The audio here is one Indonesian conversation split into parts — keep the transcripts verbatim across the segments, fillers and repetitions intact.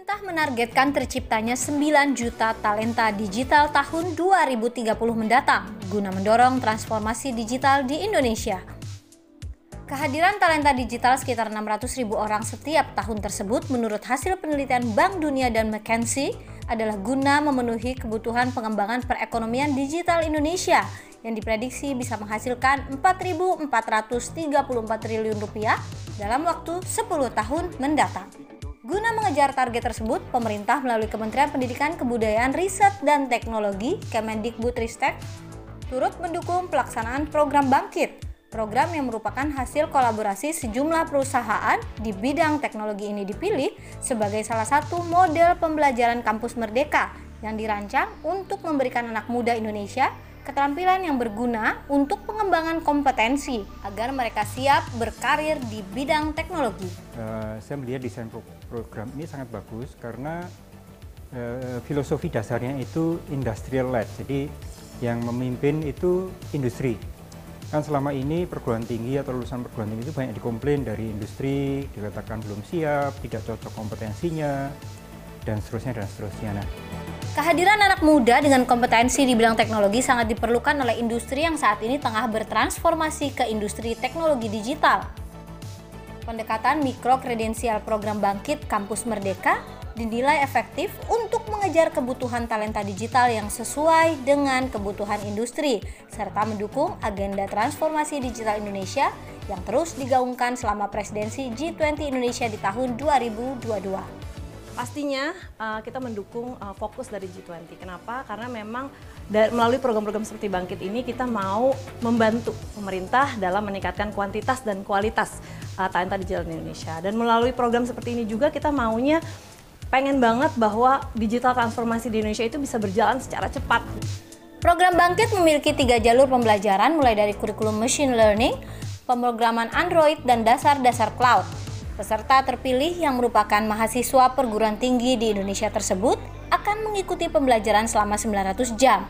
Pemerintah menargetkan terciptanya sembilan juta talenta digital tahun dua ribu tiga puluh mendatang guna mendorong transformasi digital di Indonesia. Kehadiran talenta digital sekitar enam ratus ribu orang setiap tahun tersebut menurut hasil penelitian Bank Dunia dan McKinsey adalah guna memenuhi kebutuhan pengembangan perekonomian digital Indonesia yang diprediksi bisa menghasilkan empat ribu empat ratus tiga puluh empat triliun rupiah dalam waktu sepuluh tahun mendatang. Guna mengejar target tersebut, pemerintah melalui Kementerian Pendidikan, Kebudayaan, Riset, dan Teknologi Kemendikbudristek turut mendukung pelaksanaan program Bangkit, program yang merupakan hasil kolaborasi sejumlah perusahaan di bidang teknologi. Ini dipilih sebagai salah satu model pembelajaran kampus merdeka yang dirancang untuk memberikan anak muda Indonesia keterampilan yang berguna untuk pengembangan kompetensi agar mereka siap berkarir di bidang teknologi. Uh, saya melihat desain pro program ini sangat bagus karena uh, filosofi dasarnya itu industrial led, jadi yang memimpin itu industri. Kan selama ini perguruan tinggi atau lulusan perguruan tinggi itu banyak dikomplain dari industri, dikatakan belum siap, tidak cocok kompetensinya, dan seterusnya dan seterusnya. Nah, kehadiran anak muda dengan kompetensi di bidang teknologi sangat diperlukan oleh industri yang saat ini tengah bertransformasi ke industri teknologi digital. Pendekatan mikro kredensial program Bangkit Kampus Merdeka dinilai efektif untuk mengejar kebutuhan talenta digital yang sesuai dengan kebutuhan industri, serta mendukung agenda transformasi digital Indonesia yang terus digaungkan selama presidensi G dua puluh Indonesia di tahun dua ribu dua puluh dua. Pastinya uh, kita mendukung uh, fokus dari G dua puluh. Kenapa? Karena memang dari, melalui program-program seperti Bangkit ini kita mau membantu pemerintah dalam meningkatkan kuantitas dan kualitas uh, talenta digital di Indonesia. Dan melalui program seperti ini juga kita maunya pengen banget bahwa digital transformasi di Indonesia itu bisa berjalan secara cepat. Program Bangkit memiliki tiga jalur pembelajaran mulai dari kurikulum machine learning, pemrograman Android, dan dasar-dasar cloud. Peserta terpilih yang merupakan mahasiswa perguruan tinggi di Indonesia tersebut akan mengikuti pembelajaran selama sembilan ratus jam.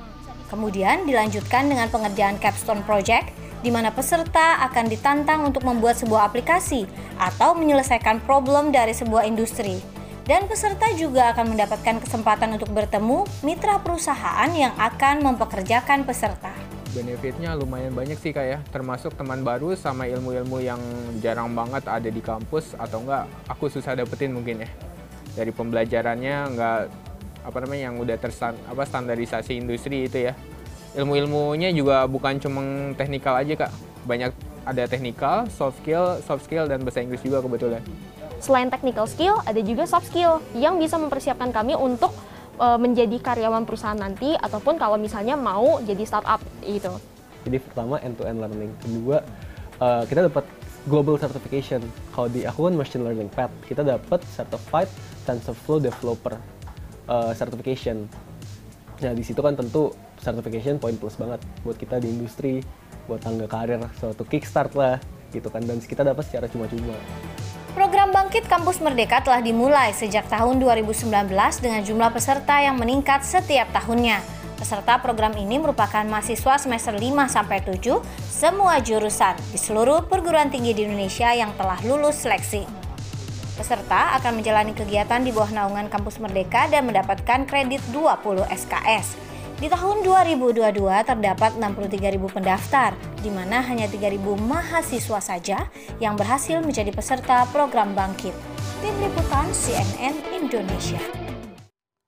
Kemudian dilanjutkan dengan pengerjaan capstone project, di mana peserta akan ditantang untuk membuat sebuah aplikasi atau menyelesaikan problem dari sebuah industri. Dan peserta juga akan mendapatkan kesempatan untuk bertemu mitra perusahaan yang akan mempekerjakan peserta. Benefitnya lumayan banyak sih Kak ya, termasuk teman baru sama ilmu-ilmu yang jarang banget ada di kampus atau enggak aku susah dapetin mungkin ya. Dari pembelajarannya enggak apa namanya yang udah terstand apa standarisasi industri itu ya. Ilmu-ilmunya juga bukan cuma teknikal aja Kak. Banyak ada teknikal, soft skill, soft skill dan bahasa Inggris juga kebetulan. Selain technical skill, ada juga soft skill yang bisa mempersiapkan kami untuk menjadi karyawan perusahaan nanti ataupun kalau misalnya mau jadi startup gitu. Jadi pertama end to end learning, kedua uh, kita dapat global certification. Kalau di aku kan machine learning path, kita dapat certified TensorFlow developer uh, certification. Nah di situ kan tentu certification poin plus banget buat kita di industri, buat tangga karir suatu kickstart lah gitu kan, dan kita dapat secara cuma-cuma. Program Bangkit Kampus Merdeka telah dimulai sejak tahun dua ribu sembilan belas dengan jumlah peserta yang meningkat setiap tahunnya. Peserta program ini merupakan mahasiswa semester lima sampai tujuh semua jurusan di seluruh perguruan tinggi di Indonesia yang telah lulus seleksi. Peserta akan menjalani kegiatan di bawah naungan Kampus Merdeka dan mendapatkan kredit dua puluh S K S. Di tahun dua ribu dua puluh dua terdapat enam puluh tiga ribu pendaftar, di mana hanya tiga ribu mahasiswa saja yang berhasil menjadi peserta program Bangkit. Tim Liputan C N N Indonesia.